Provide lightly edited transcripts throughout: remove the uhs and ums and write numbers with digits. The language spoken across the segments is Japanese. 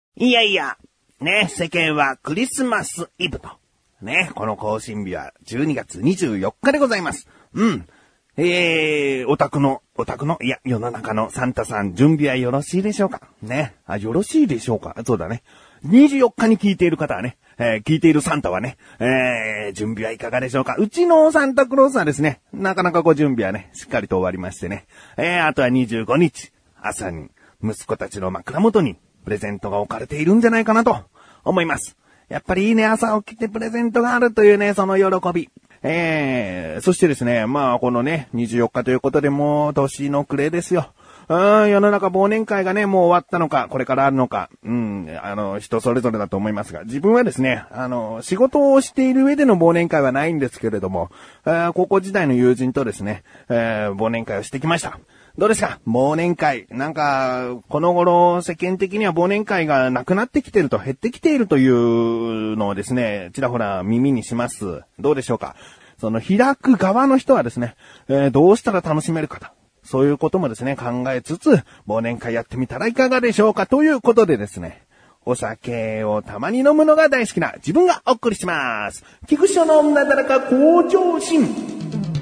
いやいや、ね、世間はクリスマスイブと。ね、この更新日は12月24日でございます。お宅の、いや、世の中のサンタさん、準備はよろしいでしょうかね。よろしいでしょうかそうだね。24日に聞いている方はね、聞いているサンタはね、準備はいかがでしょうか。うちのサンタクロースはですね、なかなか準備はね、しっかりと終わりましてね。あとは25日、朝に、息子たちの枕元に、プレゼントが置かれているんじゃないかなと思います。やっぱりいいね、朝起きてプレゼントがあるというね、その喜び。そしてですね、このね、24日ということでもう年の暮れですよ。世の中忘年会がね、もう終わったのか、これからあるのか、人それぞれだと思いますが、自分はですね、仕事をしている上での忘年会はないんですけれども、高校時代の友人とですね、忘年会をしてきました。どうですか忘年会。なんか、この頃世間的には忘年会がなくなってきてると減ってきているというのをですね、ちらほら耳にします。どうでしょうかその開く側の人はですね、どうしたら楽しめるかと。そういうこともですね、考えつつ、忘年会やってみたらいかがでしょうかということでですね、お酒をたまに飲むのが大好きな自分がお送りします。菊池のなだらか向上心。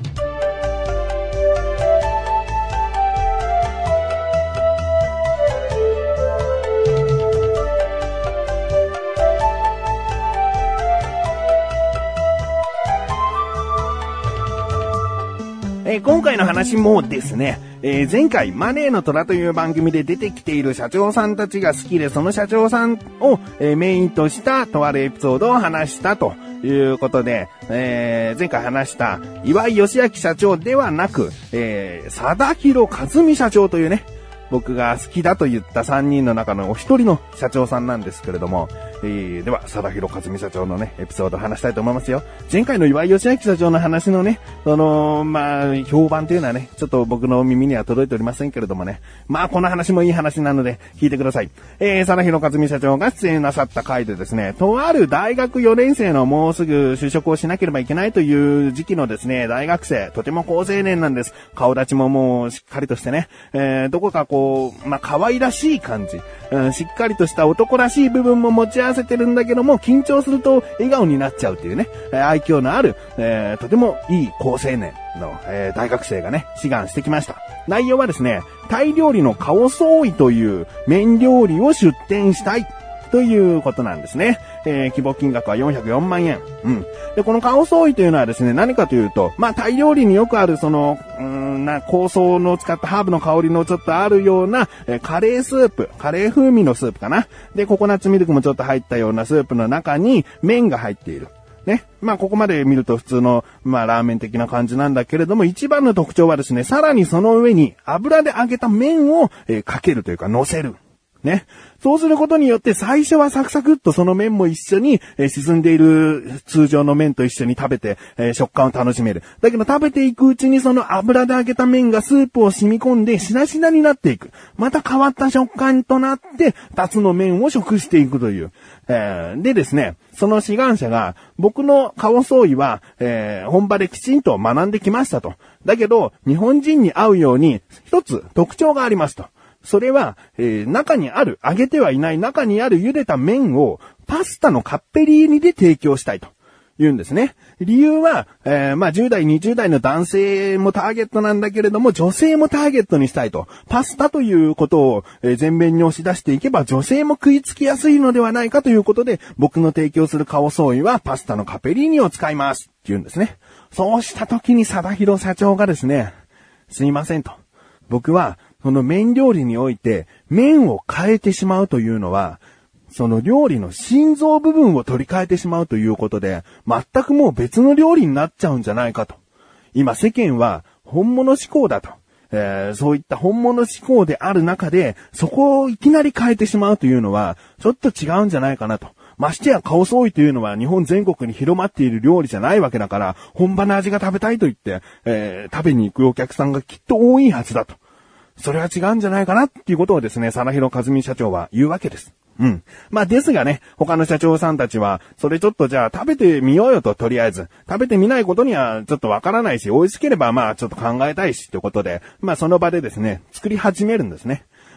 今回の話もですね、前回マネーの虎という番組で出てきている社長さんたちが好きで、その社長さんを、メインとしたとあるエピソードを話したということで、前回話した岩井義明社長ではなく、貞弘和美社長というね、僕が好きだと言った3人の中のお一人の社長さんなんですけれども、では、貞弘和美社長のね、エピソードを話したいと思いますよ。前回の岩井義明社長の話のね、評判というのはね、ちょっと僕の耳には届いておりませんけれどもね。この話もいい話なので、聞いてください。貞弘和美社長が出演なさった回でですね、とある大学4年生のもうすぐ就職をしなければいけないという時期のですね、大学生、とても好青年なんです。顔立ちももうしっかりとしてね、どこか可愛らしい感じ、しっかりとした男らしい部分も持ち合わせてるんだけども、緊張すると笑顔になっちゃうっていうね、愛嬌のある、とてもいい好青年の、大学生がね、志願してきました。内容はですね、タイ料理のカオソーイという麺料理を出店したいということなんですね。希望金額は404万円。で、このカオソーイというのはですね、何かというと、タイ料理によくある香草の使ったハーブの香りのちょっとあるような、カレースープ、カレー風味のスープかな。で、ココナッツミルクもちょっと入ったようなスープの中に麺が入っている。ね。ここまで見ると普通の、ラーメン的な感じなんだけれども、一番の特徴はですね、さらにその上に油で揚げた麺を、かけるというか乗せる。ね。そうすることによって最初はサクサクっとその麺も一緒に、沈んでいる通常の麺と一緒に食べて、食感を楽しめる。だけど食べていくうちにその油で揚げた麺がスープを染み込んでしなしなになっていく。また変わった食感となって2つの麺を食していくという。でですね、その志願者が僕のカオソーイは、本場できちんと学んできましたと。だけど日本人に合うように一つ特徴がありますと。それは、中にある、揚げてはいない中にある茹でた麺をパスタのカッペリーニで提供したいと言うんですね。理由は、10代、20代の男性もターゲットなんだけれども、女性もターゲットにしたいと。パスタということを、前面に押し出していけば、女性も食いつきやすいのではないかということで、僕の提供するカオソーイはパスタのカペリーニを使いますって言うんですね。そうした時に貞弘社長がですね、すいませんと。僕は、その麺料理において麺を変えてしまうというのは、その料理の心臓部分を取り替えてしまうということで、全くもう別の料理になっちゃうんじゃないかと。今世間は本物志向だと。そういった本物志向である中で、そこをいきなり変えてしまうというのは、ちょっと違うんじゃないかなと。ましてやカオソーイというのは日本全国に広まっている料理じゃないわけだから、本場の味が食べたいと言って、食べに行くお客さんがきっと多いはずだと。それは違うんじゃないかなっていうことをですね、貞弘和美社長は言うわけです。ですがね、他の社長さんたちは、それちょっとじゃあ食べてみようよと、とりあえず。食べてみないことにはちょっとわからないし、美味しければちょっと考えたいしということで、その場でですね、作り始めるんですね。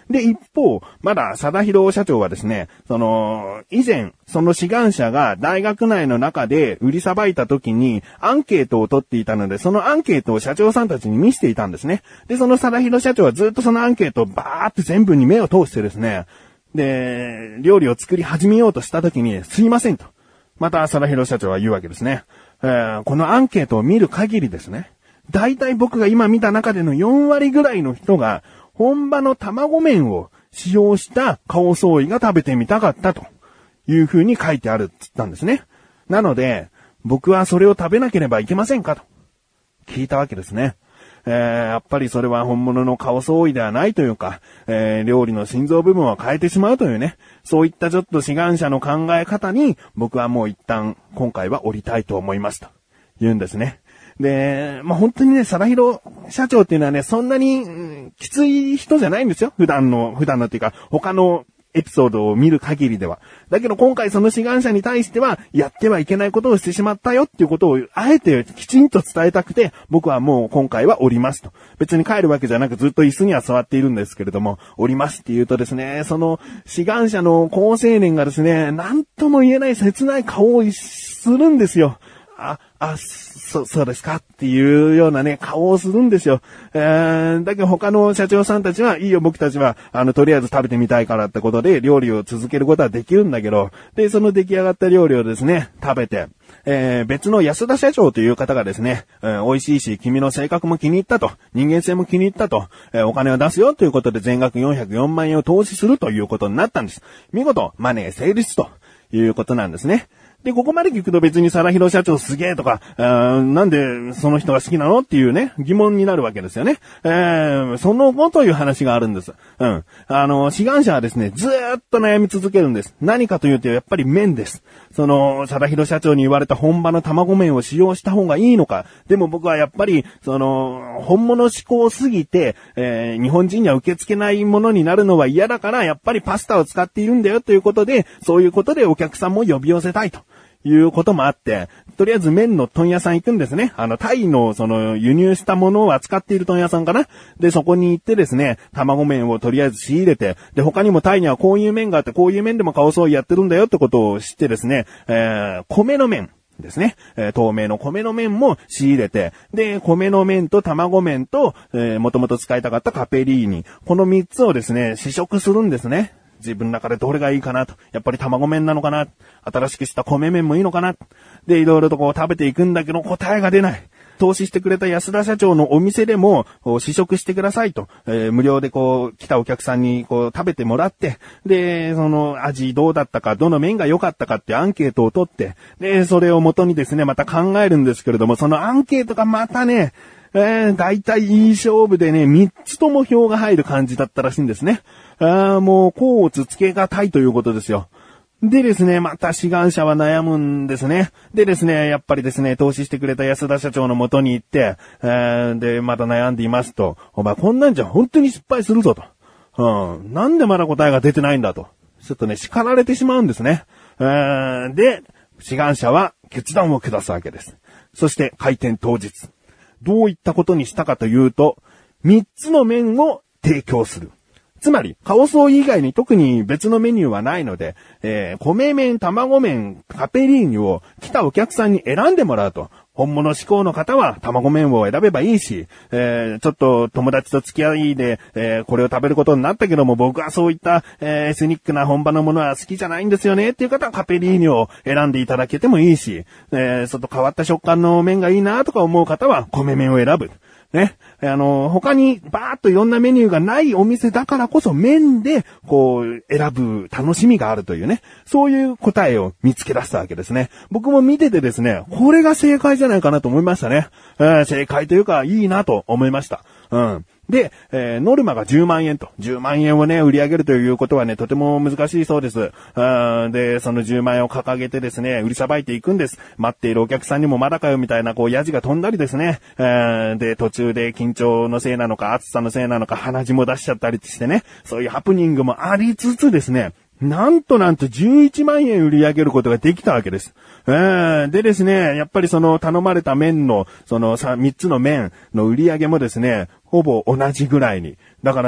で、一方、まだ貞弘社長はですね、以前、その志願者が大学内の中で売りさばいた時にアンケートを取っていたので、そのアンケートを社長さんたちに見せていたんですね。で、その貞弘社長はずっとそのアンケートをバーって全部に目を通してですね、で、料理を作り始めようとした時に、すいませんと。また貞弘社長は言うわけですね。このアンケートを見る限りですね、大体僕が今見た中での4割ぐらいの人が、本場の卵麺を使用したカオソーイが食べてみたかったという風に書いてあるって言ったんですね。なので、僕はそれを食べなければいけませんかと聞いたわけですね。やっぱりそれは本物のカオソーイではないというか、料理の心臓部分を変えてしまうというね、そういったちょっと志願者の考え方に僕はもう一旦今回は降りたいと思いますと言うんですね。で、本当にね、貞弘社長っていうのはね、そんなに、きつい人じゃないんですよ。普段のっていうか、他のエピソードを見る限りでは。だけど今回その志願者に対しては、やってはいけないことをしてしまったよっていうことを、あえてきちんと伝えたくて、僕はもう今回は降りますと。別に帰るわけじゃなくずっと椅子には座っているんですけれども、降りますって言うとですね、その志願者の高青年がですね、なんとも言えない切ない顔をするんですよ。そうですかっていうようなね、顔をするんですよ。だけど他の社長さんたちは、いいよ僕たちは、とりあえず食べてみたいからってことで料理を続けることはできるんだけど、で、その出来上がった料理をですね、食べて、別の安田社長という方がですね、美味しいし、君の性格も気に入ったと、人間性も気に入ったと、お金を出すよということで全額404万円を投資するということになったんです。見事、マネー成立ということなんですね。で、ここまで聞くと別に貞弘社長すげえとか、なんでその人が好きなのっていうね、疑問になるわけですよね。その後という話があるんです。志願者はですね、ずーっと悩み続けるんです。何かというと、やっぱり麺です。貞弘社長に言われた本場の卵麺を使用した方がいいのか。でも僕はやっぱり、本物志向すぎて、日本人には受け付けないものになるのは嫌だから、やっぱりパスタを使っているんだよということで、そういうことでお客さんも呼び寄せたいと。いうこともあって、とりあえず麺の問屋さん行くんですね。タイの輸入したものを扱っている問屋さんかな。で、そこに行ってですね、卵麺をとりあえず仕入れて、で、他にもタイにはこういう麺があって、こういう麺でもカオソーイやってるんだよってことを知ってですね、米の麺ですね。透明の米の麺も仕入れて、で、米の麺と卵麺と、もともと使いたかったカペリーニ。この3つをですね、試食するんですね。自分の中でどれがいいかなと。やっぱり卵麺なのかな。新しくした米麺もいいのかな。で、いろいろとこう食べていくんだけど答えが出ない。投資してくれた安田社長のお店でも試食してくださいと、無料でこう来たお客さんにこう食べてもらって、で、その味どうだったか、どの麺が良かったかってアンケートを取って、で、それを元にですね、また考えるんですけれども、そのアンケートがまたね、だいたいいい勝負でね、3つとも票が入る感じだったらしいんですね。もう、甲乙つけがたいということですよ。でですね、また志願者は悩むんですね。でですね、やっぱりですね、投資してくれた安田社長の元に行って、で、また悩んでいますと、お前こんなんじゃ本当に失敗するぞと。なんでまだ答えが出てないんだと。ちょっとね、叱られてしまうんですね。で、志願者は決断を下すわけです。そして開店当日。どういったことにしたかというと、3つの麺を提供する。つまり、カオソー以外に特に別のメニューはないので、米麺、卵麺、カペリーニを来たお客さんに選んでもらうと。本物志向の方は卵麺を選べばいいし、ちょっと友達と付き合いで、これを食べることになったけども、僕はそういった、エスニックな本場のものは好きじゃないんですよねっていう方はカペリーニを選んでいただけてもいいし、ちょっと変わった食感の麺がいいなとか思う方は米麺を選ぶ。ね。他にバーっといろんなメニューがないお店だからこそ麺で、こう、選ぶ楽しみがあるというね。そういう答えを見つけ出したわけですね。僕も見ててですね、これが正解じゃないかなと思いましたね。正解というか、いいなと思いました。で、ノルマが10万円と。10万円をね、売り上げるということはね、とても難しいそうです。で、その10万円を掲げてですね、売りさばいていくんです。待っているお客さんにもまだかよみたいな、こう、ヤジが飛んだりですね。で、途中で緊張のせいなのか、暑さのせいなのか、鼻血も出しちゃったりしてね、そういうハプニングもありつつですね、なんと11万円売り上げることができたわけです。でですね、やっぱりその頼まれた麺の、3つの麺の売り上げもですね、ほぼ同じぐらいに。だから、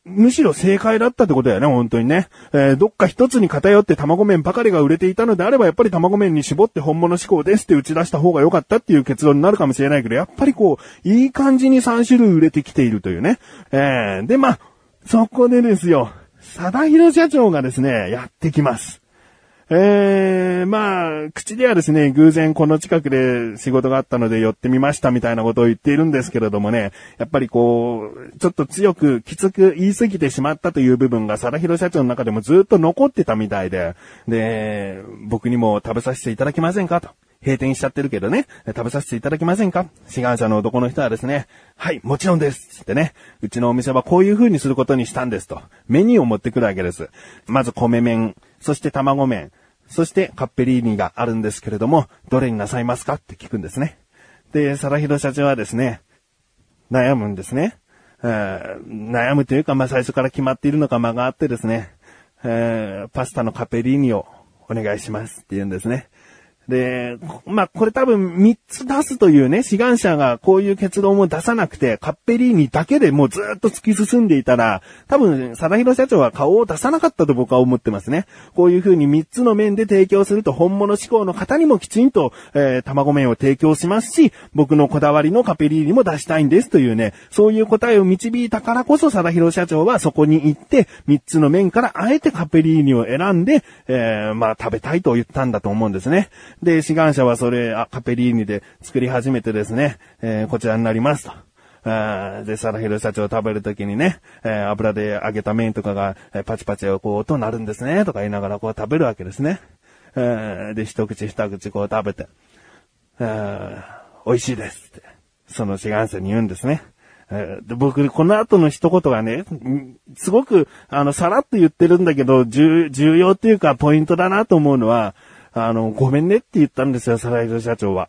むしろ正解だったってことだよね、本当にね。どっか一つに偏って卵麺ばかりが売れていたのであれば、やっぱり卵麺に絞って本物志向ですって打ち出した方が良かったっていう結論になるかもしれないけど、やっぱりこう、いい感じに3種類売れてきているというね。で、まあ、そこでですよ、貞弘社長がですね、やってきます。まあ、口ではですね、偶然この近くで仕事があったので寄ってみましたみたいなことを言っているんですけれどもね、やっぱりこう、ちょっと強くきつく言い過ぎてしまったという部分が貞弘社長の中でもずっと残ってたみたいで、で、僕にも食べさせていただけませんかと。閉店しちゃってるけどね、食べさせていただけませんか？志願者の男の人はですね、はい、もちろんです。ってね、うちのお店はこういう風にすることにしたんですと。メニューを持ってくるわけです。まず米麺、そして卵麺、そしてカッペリーニがあるんですけれども、どれになさいますかって聞くんですね。で、貞弘社長はですね、悩むんですね。悩むというか、まあ最初から決まっているのか間があってですね、パスタのカッペリーニをお願いしますって言うんですね。で、まあ、これ多分3つ出すというね、志願者がこういう結論を出さなくて、カッペリーニだけでもうずっと突き進んでいたら、多分、貞弘社長は顔を出さなかったと僕は思ってますね。こういう風に3つの面で提供すると本物志向の方にもきちんと、卵麺を提供しますし、僕のこだわりのカッペリーニも出したいんですというね、そういう答えを導いたからこそ貞弘社長はそこに行って、3つの面からあえてカッペリーニを選んで、まあ、食べたいと言ったんだと思うんですね。で、志願者はそれ、カペリーニで作り始めてですね、こちらになりますと。で、貞弘社長食べるときにね、油で揚げた麺とかが、パチパチこう音鳴るんですね、とか言いながらこう食べるわけですね。で、一口二口こう食べて、美味しいですって、その志願者に言うんですね。で僕、この後の一言がね、すごく、さらっと言ってるんだけど、重要っていうか、ポイントだなと思うのは、ごめんねって言ったんですよ、貞弘社長は。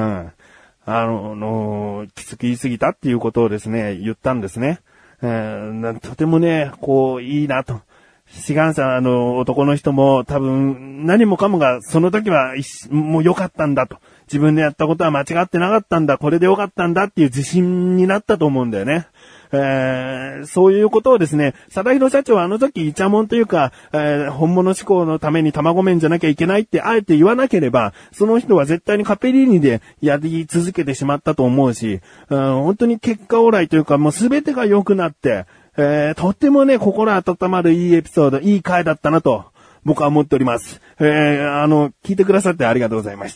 きつく言い過ぎたっていうことをですね、言ったんですね。とてもね、こう、いいなと。志願者の男の人も多分何もかもがその時はもう良かったんだと。自分でやったことは間違ってなかったんだ。これで良かったんだっていう自信になったと思うんだよね。そういうことをですね、貞弘社長はあの時イチャモンというか、本物志向のために卵麺じゃなきゃいけないってあえて言わなければ、その人は絶対にカペリーニでやり続けてしまったと思うし、本当に結果オーライというかもう全てが良くなって、とってもね、心温まるいいエピソード、いい回だったなと、僕は思っております。聞いてくださってありがとうございました。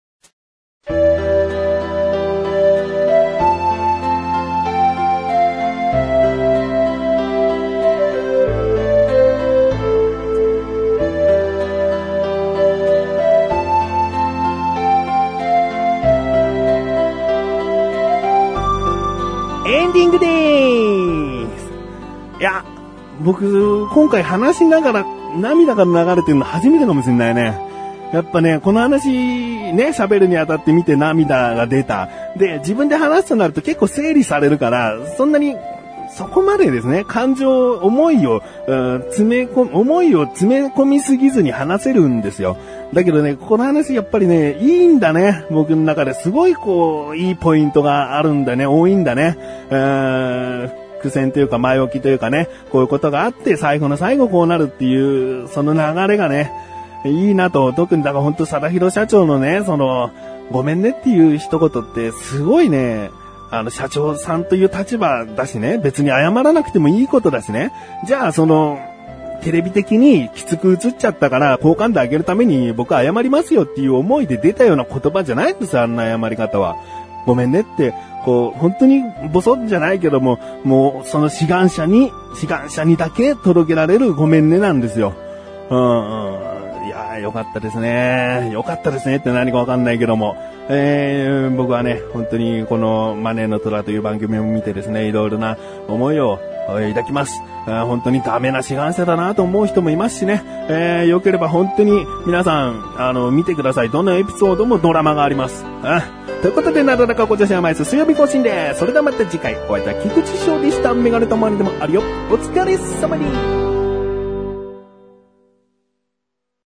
エンディングでーす。いや、僕、今回話しながら涙が流れてるの初めてかもしれないね。やっぱね、この話ね、喋るにあたって見て涙が出た。で、自分で話すとなると結構整理されるから、そんなに、そこまでですね、思いを詰め込みすぎずに話せるんですよ。だけどね、この話やっぱりね、いいんだね。僕の中ですごいこう、いいポイントがあるんだね、多いんだね。苦戦というか前置きというかね、こういうことがあって最後の最後こうなるっていう、その流れがね、いいなと。特にだから本当貞弘社長のね、ごめんねっていう一言ってすごいね、社長さんという立場だしね、別に謝らなくてもいいことだしね。じゃあテレビ的にきつく映っちゃったから好感度上げるために僕は謝りますよっていう思いで出たような言葉じゃないんですよ、あんな謝り方は。ごめんねって、こう、本当にボソッじゃないけども、もうその志願者にだけ届けられるごめんねなんですよ。いやー、よかったですね。よかったですねって何かわかんないけども。僕はね、本当にこのマネーの虎という番組を見てですね、いろいろな思いを抱きます。本当にダメな志願者だなと思う人もいますしね。よければ本当に皆さん、見てください。どのエピソードもドラマがあります。ということで、なだらかご女子は毎週水曜日更新です。それではまた次回、お会いいた菊池翔でした。メガネたまにでもあるよ。お疲れ様に。